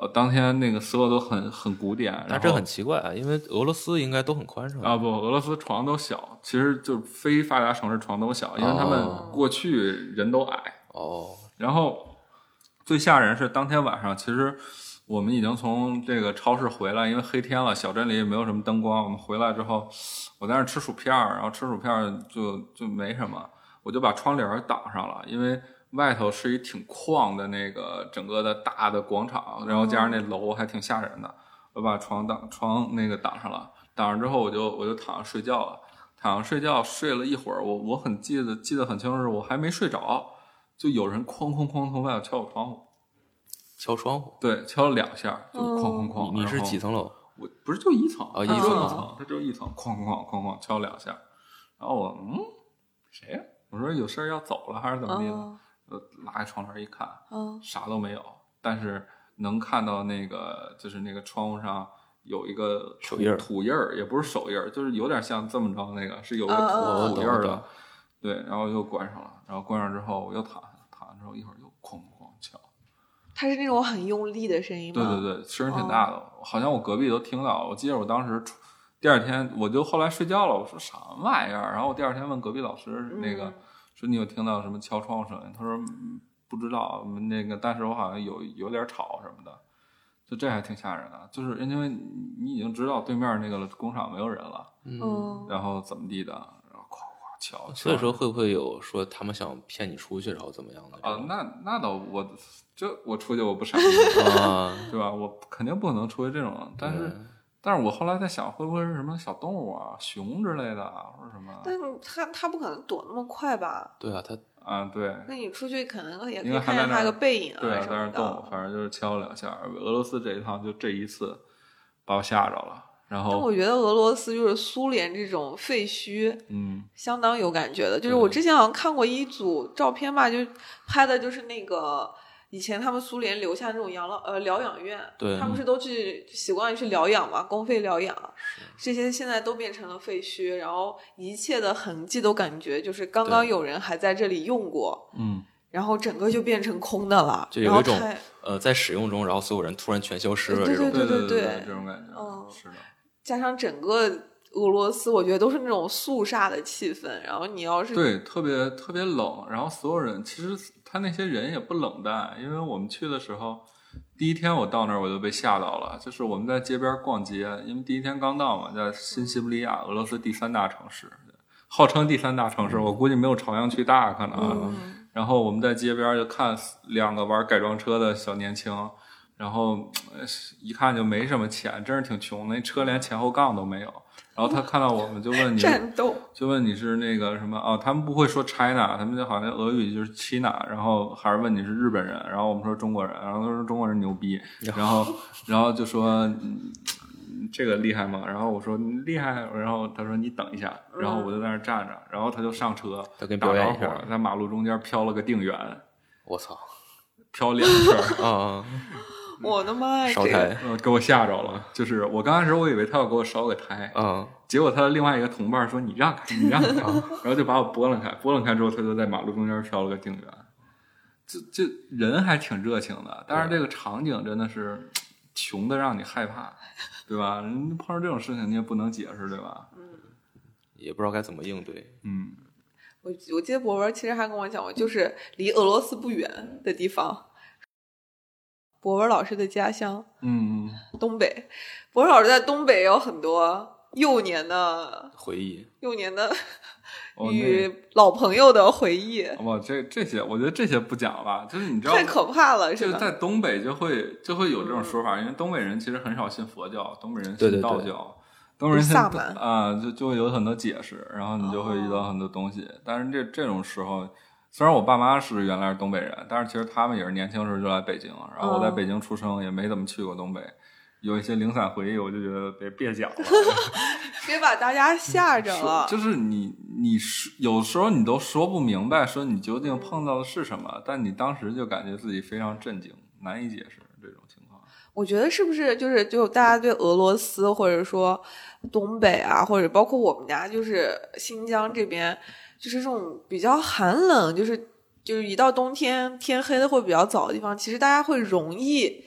呃，当天那个所有都很很古典， 但这很奇怪啊，因为俄罗斯应该都很宽敞啊。不，俄罗斯床都小，其实就非发达城市床都小，因为他们过去人都矮。 哦。 然后最吓人是当天晚上，其实我们已经从这个超市回来，因为黑天了，小镇里也没有什么灯光。我们回来之后，我在那吃薯片，然后吃薯片就就没什么，我就把窗帘挡上了，因为外头是一挺旷的那个整个的大的广场，然后加上那楼还挺吓人的，我把床挡床那个挡上了，挡上之后我就我就躺着睡觉了，躺着睡觉睡了一会儿，我我很记得记得很清楚，我还没睡着，就有人哐哐哐从外头敲我窗户， 敲窗户， 对，敲了两下，就哐哐哐。 你你是几层楼？ 我不是就一层啊，一层层，它就一层，哐哐哐哐哐敲两下，然后我嗯，谁呀？我说有事要走了还是怎么地的？ 哦就拉开窗帘一看， 嗯， 啥都没有，但是能看到那个就是那个窗户上有一个手印土印儿，也不是手印儿，就是有点像这么着那个，是有个土、 哦、 土印儿的，对，然后又关上了，然后关上之后我又躺下，躺下之后一会儿又哐哐敲， 它是那种很用力的声音吗？ 对对对，声音挺大的、哦，好像我隔壁都听到。我记得我当时第二天我就后来睡觉了，我说什么玩意儿？然后我第二天问隔壁老师那个。嗯说你有听到什么敲窗声音？他说、嗯、不知道，那个但是我好像有有点吵什么的，就这还挺吓人的。就是因为你已经知道对面那个工厂没有人了， 嗯， 然后怎么地的，然后哐哐敲。 所以说会不会有说他们想骗你出去，然后怎么样的？ 啊，那那倒我这我出去我不闪啊，对吧？我肯定不可能出去这种，但是。嗯但是我后来在想，会不会是什么小动物啊，熊之类的，或者什么？ 但它它不可能躲那么快吧？ 对啊，它啊对。 那你出去可能也可以看见它个背影啊对什么的。 在那动，反正就是敲了两下。俄罗斯这一趟就这一次把我吓着了。然后， 但我觉得俄罗斯就是苏联这种废墟， 嗯， 相当有感觉的。就是我之前好像看过一组照片吧，就拍的就是那个。以前他们苏联留下那种养老呃疗养院， 对， 他们是都去习惯去疗养嘛，公费疗养，这些现在都变成了废墟，然后一切的痕迹都感觉就是刚刚有人还在这里用过， 嗯， 然后整个就变成空的了， 就有一种呃在使用中，然后所有人突然全消失了， 对对对对对， 这种感觉， 嗯， 是的， 加上整个俄罗斯，我觉得都是那种肃杀的气氛，然后你要是对特别特别冷，然后所有人其实。他那些人也不冷淡，因为我们去的时候，第一天我到那儿我就被吓到了。就是我们在街边逛街，因为第一天刚到嘛，在新西伯利亚，俄罗斯第三大城市，号称第三大城市，我估计没有朝阳区大可能。 嗯、 然后我们在街边就看两个玩改装车的小年轻，然后一看就没什么钱，真是挺穷的，那车连前后杠都没有。然后他看到我们就问你， 战斗就问你是那个什么哦，他们不会说 China， 他们就好像俄语就是 China， 然后还是问你是日本人，然后我们说中国人，然后他说中国人牛逼，然后然后就说、嗯、这个厉害吗？然后我说厉害，然后他说你等一下，然后我就在那儿站着，然后他就上车， 他跟表演一下， 在马路中间飘了个定圆， 我操， 飘两圈啊。 我的妈呀！ 烧胎， 呃，给我吓着了。就是我刚开始我以为他要给我烧个胎， 嗯， 结果他的另外一个同伴说：“你让开，你让开。”然后就把我拨楞开，拨楞开之后，他就在马路中间飘了个定圆。就就人还挺热情的，但是这个场景真的是穷的让你害怕，对吧？人碰上这种事情你也不能解释，对吧？ 嗯， 也不知道该怎么应对。 嗯，我我记得博文其实还跟我讲过，就是离俄罗斯不远的地方。博文老师的家乡， 嗯， 东北。博文老师在东北有很多幼年的回忆， 幼年的哦、 与老朋友的回忆。 哇，这这些我觉得这些不讲吧，就是你知道太可怕了，是吧？ 就在东北就会就会有这种说法、嗯，因为东北人其实很少信佛教，东北人信道教， 对对对东北人信萨满啊，就就会有很多解释，然后你就会遇到很多东西。哦、但是这这种时候。虽然我爸妈是原来是东北人，但是其实他们也是年轻时候就来北京，然后我在北京出生，也没怎么去过东北，有一些零散回忆，我就觉得别别讲了， 别把大家吓着了。 就是你你有时候你都说不明白，说你究竟碰到的是什么，但你当时就感觉自己非常震惊，难以解释这种情况。 我觉得是不是就是就大家对俄罗斯或者说东北啊，或者包括我们家就是新疆这边。就是这种比较寒冷，就是就是一到冬天天黑的会比较早的地方，其实大家会容易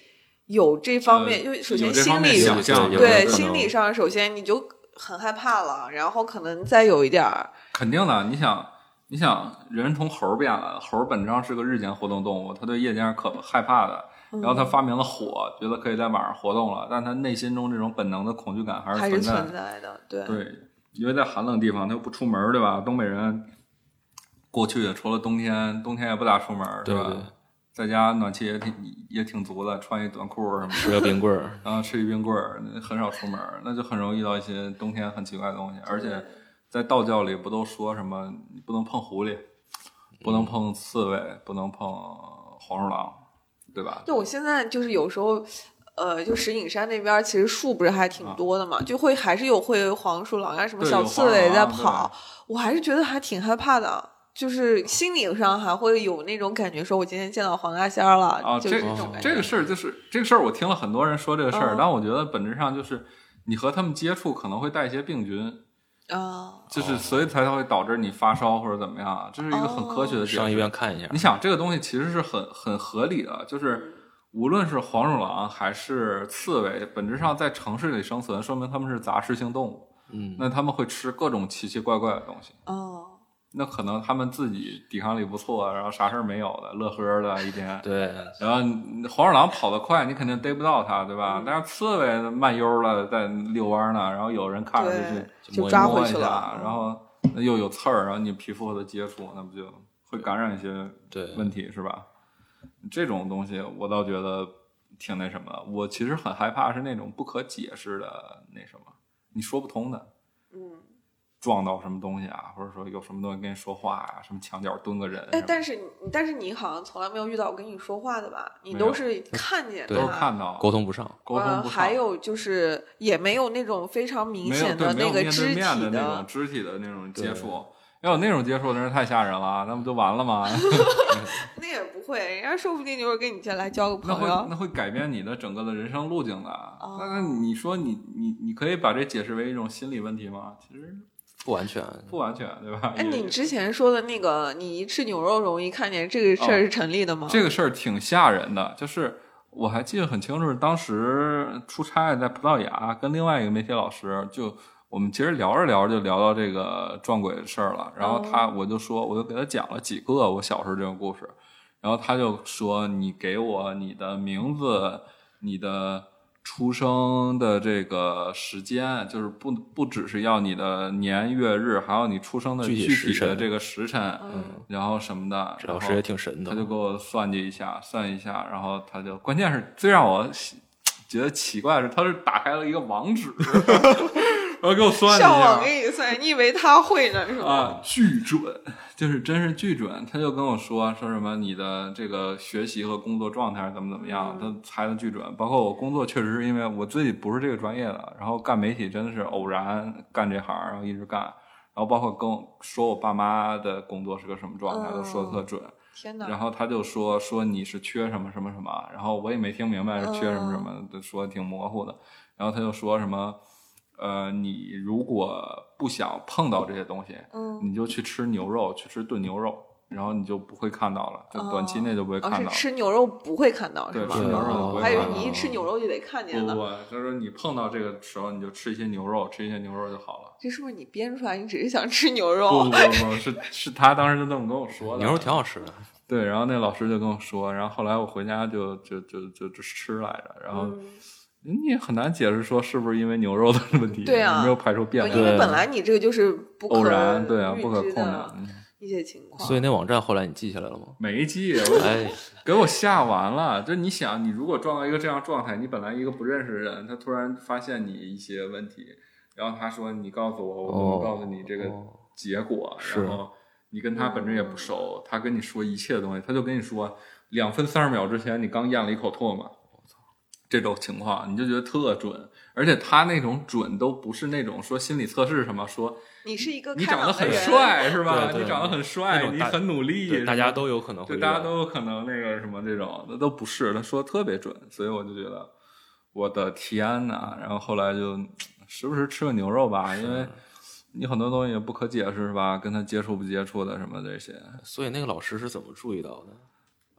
有这方面， 呃、 就首先心理想象， 对心理上，首先你就很害怕了，然后可能再有一点儿， 肯定的，你想。你想，人从猴变了，猴本质上是个日间活动动物，它对夜间是可害怕的。然后他发明了火，觉得可以在晚上活动了，但他内心中这种本能的恐惧感还是还是存在存在的。对对，因为在寒冷地方，他又不出门，对吧？东北人过去除了冬天，冬天也不咋出门， 对吧？ 对， 在家暖气也挺也挺足的，穿一短裤什么的， 吃个冰棍儿， 然后吃一冰棍儿，很少出门，那就很容易遇到一些冬天很奇怪的东西，而且。在道教里不都说什么你不能碰狐狸，不能碰刺猬，不能碰黄鼠狼，对吧？ 对，我现在就是有时候，呃，就石景山那边其实树不是还挺多的嘛，啊、就会还是有会黄鼠狼啊什么小刺猬在跑，我还是觉得还挺害怕的，就是心理上还会有那种感觉，说我今天见到黄大仙了啊， 就是这种感觉。 这个事儿就是这个事儿，我听了很多人说这个事儿、嗯，但我觉得本质上就是你和他们接触可能会带一些病菌。 啊、哦， 就是所以才会导致你发烧或者怎么样，这是一个很科学的解释。 上医院看一下。 你想这个东西其实是很很合理的，就是无论是黄鼠狼还是刺猬，本质上在城市里生存，说明它们是杂食性动物。 嗯， 那他们会吃各种奇奇怪怪的东西。 哦。 那可能他们自己抵抗力不错，然后啥事儿没有的，乐呵的一天。 对。 然后黄鼠狼跑得快，你肯定逮不到它，对吧？嗯、但是刺猬慢悠了在遛弯呢，然后有人看着就去就抓回去了，然后又有刺儿，然后你皮肤和它接触，那不就会感染一些问题，是吧？这种东西我倒觉得挺那什么的。我其实很害怕是那种不可解释的那什么，你说不通的。 嗯。 撞到什么东西啊，或者说有什么东西跟你说话啊，什么墙角蹲个人。 哎，但是但是你好像从来没有遇到跟你说话的吧？你都是看见的， 都是看到， 沟通不上， 沟通不上。 还有就是也没有那种非常明显的那个肢体的那种肢体的那种接触。要有那种接触的人太吓人了，那不就完了吗？ 那也不会，人家说不定就是跟你进来交个朋友。 那会那会改变你的整个的人生路径的。哦、那你说你你你可以把这解释为一种心理问题吗？其实。 不完全， 不完全，对吧？ 哎，你之前说的那个，你一吃牛肉容易看见，这个事儿是成立的吗？ 哦、这个事儿挺吓人的，就是我还记得很清楚，当时出差在葡萄牙，跟另外一个媒体老师，就我们其实聊着聊着就聊到这个撞鬼的事儿了。然后他，我就说，我就给他讲了几个我小时候这种故事，然后他就说：“你给我你的名字，你的。”出生的这个时间，就是不不只是要你的年月日，还有你出生的具体的这个时辰， 嗯， 然后什么的。 老师也挺神的， 他就给我算计一下，算一下，然后他就，关键是最让我觉得奇怪的是，他是打开了一个网址，然后给我算一下， 上网给你算，你以为他会呢是吧？ 啊，巨准，就是真是巨准。他就跟我说说什么你的这个学习和工作状态怎么怎么样，嗯、他猜的巨准。包括我工作确实是因为我自己不是这个专业的，然后干媒体真的是偶然干这行，然后一直干。然后包括跟我说我爸妈的工作是个什么状态，嗯、都说的特准。 天哪！ 然后他就说说你是缺什么什么什么，然后我也没听明白是缺什么什么，嗯、说的挺模糊的。然后他就说什么。呃，你如果不想碰到这些东西， 嗯， 你就去吃牛肉，去吃炖牛肉，然后你就不会看到了，就短期内就不会看到了。 哦哦、是吃牛肉不会看到， 对， 是吧？ 吃牛肉就不会看到。 我还以为你一吃牛肉就得看见呢。 不不，他说你碰到这个时候，你就吃一些牛肉，吃一些牛肉就好了。 这是不是你编出来？你只是想吃牛肉？ 不不不不，是是他当时就这么跟我说的。 牛肉挺好吃的。 对，然后那老师就跟我说，然后后来我回家就就就就就吃来着，然后。嗯你也很难解释说是不是因为牛肉的问题， 对啊， 没有排除变量， 因为本来你这个就是不可偶然，对啊，不可控的一些情况。 所以那网站后来你记下来了吗？ 没记， 哎， 给我吓完了。就你想，你如果撞到一个这样状态，你本来一个不认识的人，他突然发现你一些问题，然后他说你告诉我，我告诉你这个结果， 哦、 然后你跟他本身也不熟，他跟你说一切东西，他就跟你说两分三十秒之前你刚咽了一口唾沫。这种情况你就觉得特准，而且他那种准都不是那种说心理测试什么说你是一个你长得很帅是吧？ 对对你长得很帅，你很努力， 大家都有可能会， 对，大家都有可能那个什么这种，那都不是，他说特别准，所以我就觉得我的天哪！然后后来就时不时吃个牛肉吧，因为你很多东西也不可解释是吧？跟他接触不接触的什么这些， 所以那个老师是怎么注意到的？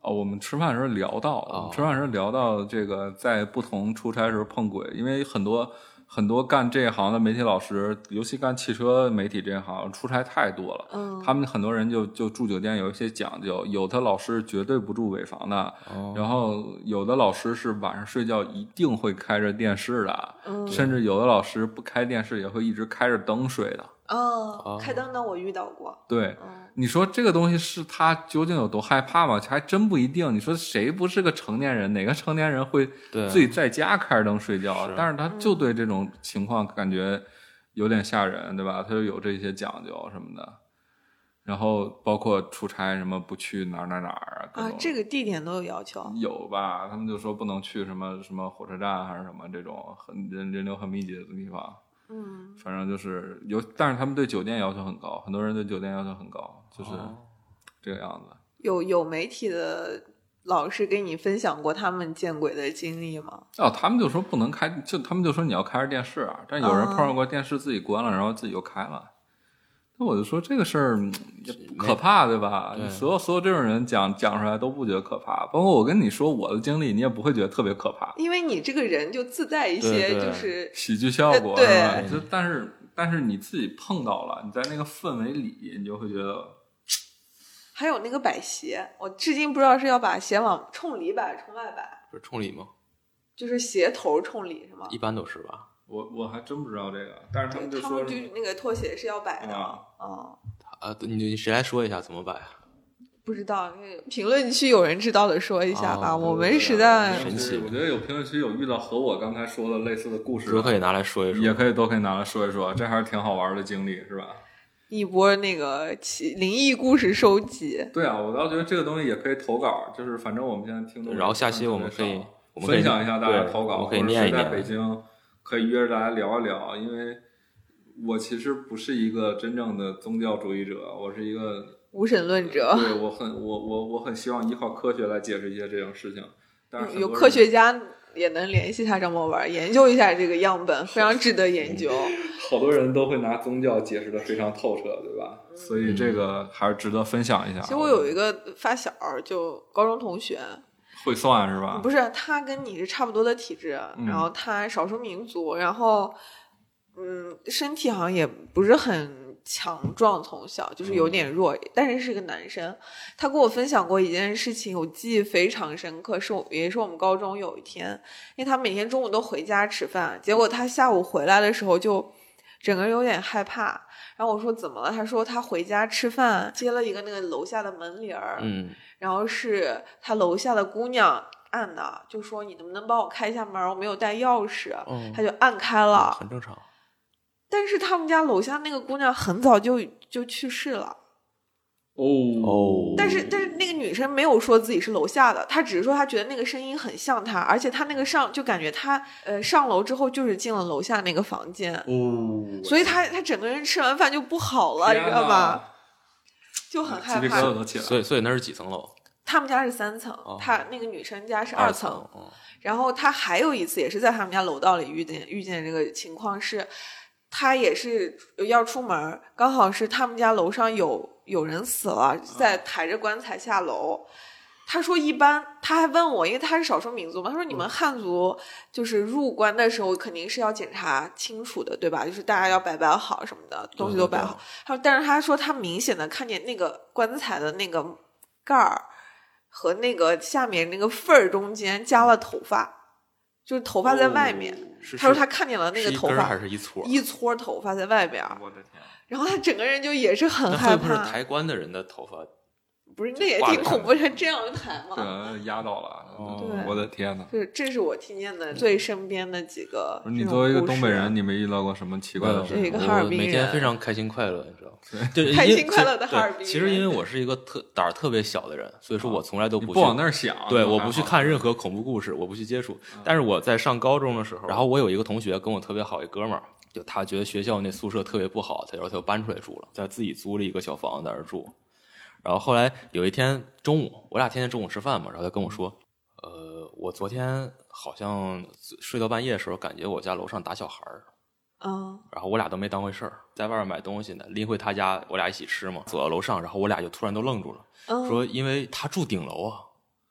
哦，我们吃饭的时候聊到， 哦、 我们吃饭的时候聊到这个在不同出差时候碰鬼，因为很多很多干这一行的媒体老师，尤其干汽车媒体这一行，出差太多了。 嗯， 他们很多人就就住酒店有一些讲究，有的老师绝对不住尾房的， 哦、 然后有的老师是晚上睡觉一定会开着电视的， 嗯、 甚至有的老师不开电视也会一直开着灯睡的。 哦，开灯的我遇到过。 对、 嗯， 你说这个东西是他究竟有多害怕吗？还真不一定。你说谁不是个成年人？哪个成年人会自己在家开着灯睡觉？ 是， 但是他就对这种情况感觉有点吓人，对吧？他就有这些讲究什么的。然后包括出差什么不去哪儿哪儿哪儿啊，这个地点都有要求。 有吧？他们就说不能去什么什么火车站还是什么这种很人人流很密集的地方。 嗯， 反正就是有，但是他们对酒店要求很高，很多人对酒店要求很高，就是这个样子。 有有媒体的老师给你分享过他们见鬼的经历吗？ 哦，他们就说不能开，就他们就说你要开着电视啊，但有人碰上过电视自己关了，然后自己又开了。那我就说这个事儿也不可怕，对吧？ 对， 所有所有这种人讲讲出来都不觉得可怕，包括我跟你说我的经历，你也不会觉得特别可怕， 因为你这个人就自带一些对对就是喜剧效果， 对， 是吧？就但是但是你自己碰到了，你在那个氛围里，你就会觉得。 还有那个摆鞋，我至今不知道是要把鞋往冲里摆冲外摆， 是冲里吗？ 就是鞋头冲里是吗？ 一般都是吧。 我我还真不知道这个，但是他们就说他们就那个拖鞋是要摆的啊。 嗯， 啊，你你谁来说一下怎么摆啊？ 不知道，那个评论区有人知道的说一下吧。 哦、 我们实在神奇， 我觉得有评论区有遇到和我刚才说的类似的故事， 都可以拿来说一说， 也可以都可以拿来说一说，这还是挺好玩的经历，是吧？ 一波那个灵异故事收集。 对啊，我倒觉得这个东西也可以投稿，就是反正我们现在听众， 然后下期我们可以我们分享一下大家投稿， 我们可以念一念。 在北京可以约着大家聊一聊，因为我其实不是一个真正的宗教主义者，我是一个无神论者。 对，我很我我我很希望依靠科学来解释一些这种事情。但是有科学家也能联系他这么玩，研究一下这个样本，非常值得研究。 好多人都会拿宗教解释的非常透彻，对吧？ 嗯、 所以这个还是值得分享一下。 其实我有一个发小，就高中同学， 会算是吧？ 不是，他跟你是差不多的体质， 嗯、 然后他少数民族，然后嗯，身体好像也不是很强壮，从小就是有点弱，嗯、但是是个男生。他跟我分享过一件事情，我记忆非常深刻，是我也是我们高中有一天，因为他每天中午都回家吃饭，结果他下午回来的时候就整个人有点害怕。然后我说怎么了？他说他回家吃饭接了一个那个楼下的门铃儿， 嗯， 然后是他楼下的姑娘按的，就说你能不能帮我开一下门，我没有带钥匙， 嗯、 他就按开了， 很正常。 但是他们家楼下那个姑娘很早就就去世了。 哦哦， 但是但是那个女生没有说自己是楼下的，她只是说她觉得那个声音很像她，而且她那个上就感觉她呃上楼之后就是进了楼下那个房间。 哦， 所以她她整个人吃完饭就不好了，你知道吧？就很害怕。 所以所以那是几层楼？ 他们家是三层， 哦、 他那个女生家是二层。 二层哦、 然后他还有一次也是在他们家楼道里遇见遇见这个情况是。他也是要出门，刚好是他们家楼上有有人死了，在抬着棺材下楼。他说一般，他还问我，因为他是少数民族嘛，他说你们汉族就是入关的时候肯定是要检查清楚的，对吧？就是大家要摆摆好什么的，东西都摆好。他说，但是他说他明显的看见那个棺材的那个盖儿和那个下面那个缝儿中间加了头发。就是头发在外面， 哦、 他说他看见了那个头发， 还是一撮一撮头发在外边。 我的天！ 然后他整个人就也是很害怕。 那会不会抬棺的人的头发？ 不是，那也挺恐怖，他这样抬嘛？ 对，压到了。 哦、 我的天哪！ 这这是我听见的最身边的几个。 你作为一个东北人，你没遇到过什么奇怪的事？ 一个哈尔滨人， 每天非常开心快乐，你知道吗？对， 开心快乐的哈尔滨人。 其实因为我是一个特胆儿特别小的人，所以说我从来都不去不往那儿想。 对，我不去看任何恐怖故事，我不去接触。但是我在上高中的时候，然后我有一个同学跟我特别好一哥们儿，就他觉得学校那宿舍特别不好，他然后他就搬出来住了，在自己租了一个小房子在那儿住。然后后来有一天中午，我俩天天中午吃饭嘛，然后他跟我说，呃，我昨天好像睡到半夜的时候，感觉我家楼上打小孩儿， 嗯， 然后我俩都没当回事儿，在外面买东西呢，拎回他家，我俩一起吃嘛，走到楼上，然后我俩就突然都愣住了， 嗯、 说因为他住顶楼啊，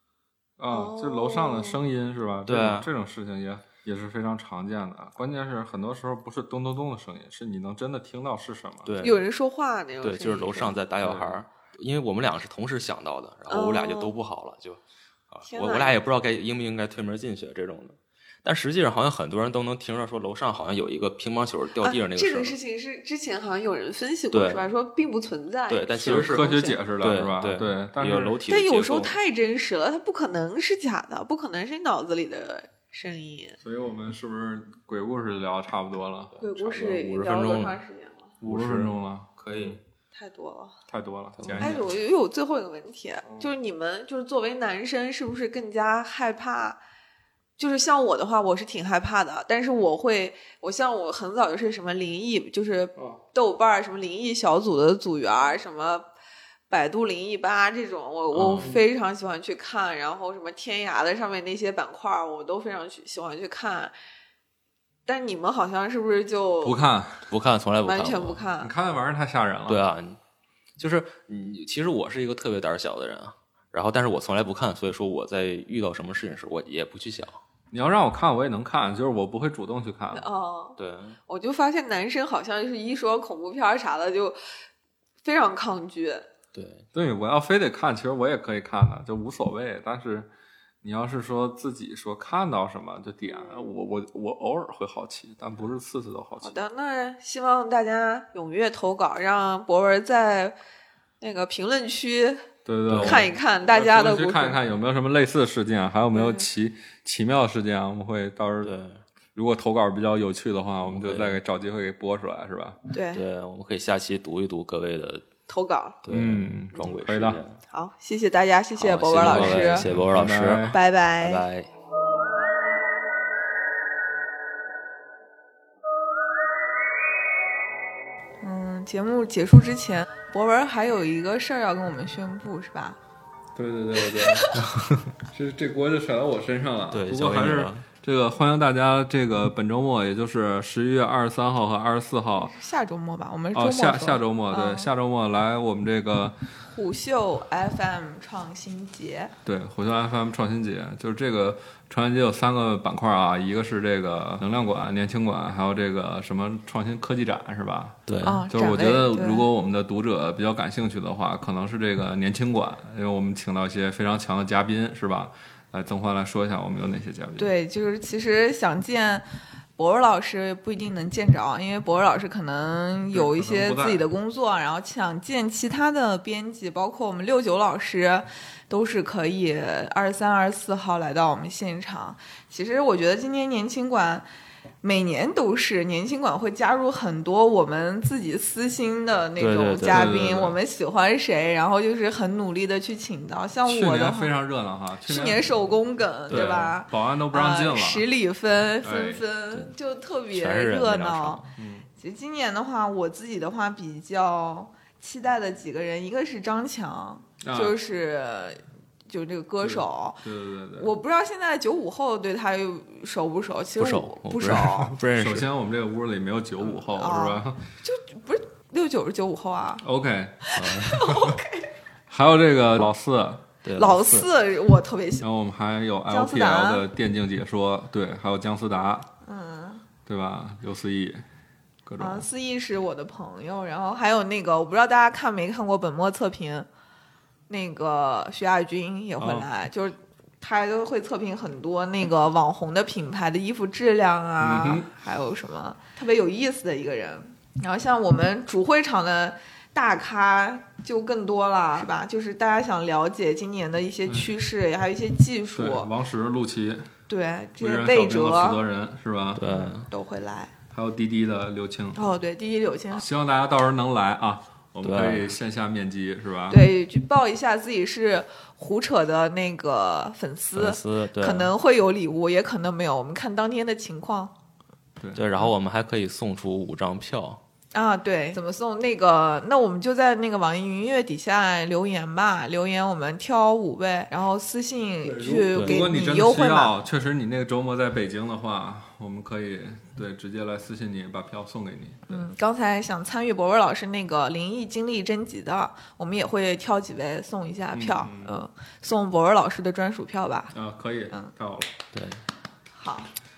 啊，就楼上的声音是吧？ 对啊， 这种事情也也是非常常见的。关键是很多时候不是咚咚咚的声音，是你能真的听到是什么。 对， 有人说话那种。 对，就是楼上在打小孩，因为我们俩是同时想到的，然后我俩就都不好了， 哦、 就啊，我我俩也不知道该应不应该推门进去这种的。但实际上好像很多人都能听着说楼上好像有一个乒乓球掉地上那个声、 啊、这个事情是之前好像有人分析过是吧？说并不存在。 对，但其实是科学解释的是吧？ 对对，但是楼体。 但有时候太真实了，它不可能是假的，不可能是你脑子里的声音。 所以我们是不是鬼故事聊差不多了？ 鬼故事五十分钟聊了多长时间了？ 五十分钟了， 可以。 太多了， 太多了。 哎，我又有最后一个问题，嗯、就是你们就是作为男生，是不是更加害怕？就是像我的话，我是挺害怕的，但是我会，我像我很早就是什么灵异，就是豆瓣什么灵异小组的组员，什么百度灵异吧这种，我我非常喜欢去看，然后什么天涯的上面那些板块，我都非常喜欢去看。但你们好像是不是就不看不看，从来不看， 完全不看？ 你看那玩意儿太吓人了。 对啊，就是你，其实我是一个特别胆小的人啊。然后，但是我从来不看，所以说我在遇到什么事情时，我也不去想。 你要让我看，我也能看，就是我不会主动去看。 哦， 对， 我就发现男生好像就是一说恐怖片啥的就非常抗拒。 对对，我要非得看，其实我也可以看的，就无所谓。但是你要是说自己说看到什么就点，我我我偶尔会好奇，但不是次次都好奇。 好的，那希望大家踊跃投稿，让博文在那个评论区。 对对对， 看一看大家的故事， 去看一看有没有什么类似的事件，还有没有奇、嗯、奇妙的事件，我们会到时候如果投稿比较有趣的话，我们就再给找机会给播出来，是吧？ 对对，我们可以下期读一读各位的投稿。 对， 嗯， 装鬼可以的。 好，谢谢大家，谢谢博文老师， 谢谢博文老师， 拜拜， 拜拜。 节目结束之前，博文还有一个事儿要跟我们宣布，是吧？ 对对对对，这这锅就甩到我身上了。 对， 不过还是这个欢迎大家，这个本周末，也就是十一月二十三号和二十四号， 下周末吧，我们周末、 哦、下下周末，对、 嗯， 下周末来我们这个虎嗅 F M 创新节。 对，虎嗅 F M 创新节，就是这个创新节有三个板块啊，一个是这个能量馆、年轻馆，还有这个什么创新科技展，是吧？ 对， 啊、 就是我觉得如果我们的读者比较感兴趣的话，可能是这个年轻馆，因为我们请到一些非常强的嘉宾，是吧？来，曾欢来说一下我们有哪些嘉宾。 对，就是其实想见博文老师不一定能见着，因为博文老师可能有一些自己的工作，然后想见其他的编辑，包括我们六九老师，都是可以二十三、二十四号来到我们现场。其实我觉得今年年轻馆每年都是年轻馆会加入很多我们自己私心的那种嘉宾， 对对对对对对， 我们喜欢谁，然后就是很努力的去请到。像我的去年非常热闹哈， 去年手工梗对, 对吧？ 保安都不让进了， 呃、十里分纷纷、哎、就特别热闹。 嗯， 其实今年的话，我自己的话比较期待的几个人，一个是张强， 啊、 就是。就这个歌手， 对对对对， 我不知道现在九五后对他熟不熟，其实不熟， 不熟， 不认识。 首先，我们这个屋里没有九五后， 嗯、 是吧？ 就不是六九是九五后啊。 OK，OK， 还有这个老四， 对老四我特别喜欢。 然后我们还有 L P L 的电竞解说，对，还有姜思达， 嗯， 对吧？刘思义，各种。 啊，思义是我的朋友，然后还有那个，我不知道大家看没看过本末测评。那个徐亚军也会来、哦、就是他都会测评很多那个网红的品牌的衣服质量啊、 嗯、 还有什么特别有意思的一个人。然后像我们主会场的大咖就更多了，是吧？就是大家想了解今年的一些趋势、嗯、还有一些技术， 王石、陆琪， 对，这些魏哲负责人是吧？ 对， 都会来。 还有滴滴的刘青， 哦，对，滴滴刘青， 希望大家到时候能来啊。我们可以线下面基是吧？ 对，去报一下自己是胡扯的那个粉丝， 粉丝对， 可能会有礼物，也可能没有，我们看当天的情况。 对对，然后我们还可以送出五张票啊，对，怎么送那个？那我们就在那个网易云音乐底下留言吧，留言我们挑五位，然后私信去给如果你真优惠的需要， 码。 确实你那个周末在北京的话，我们可以对直接来私信你，把票送给你。 嗯，刚才想参与博文老师那个灵异经历征集的，我们也会挑几位送一下票，嗯，嗯送博文老师的专属票吧。 啊，可以，嗯，太好了。 对， 好。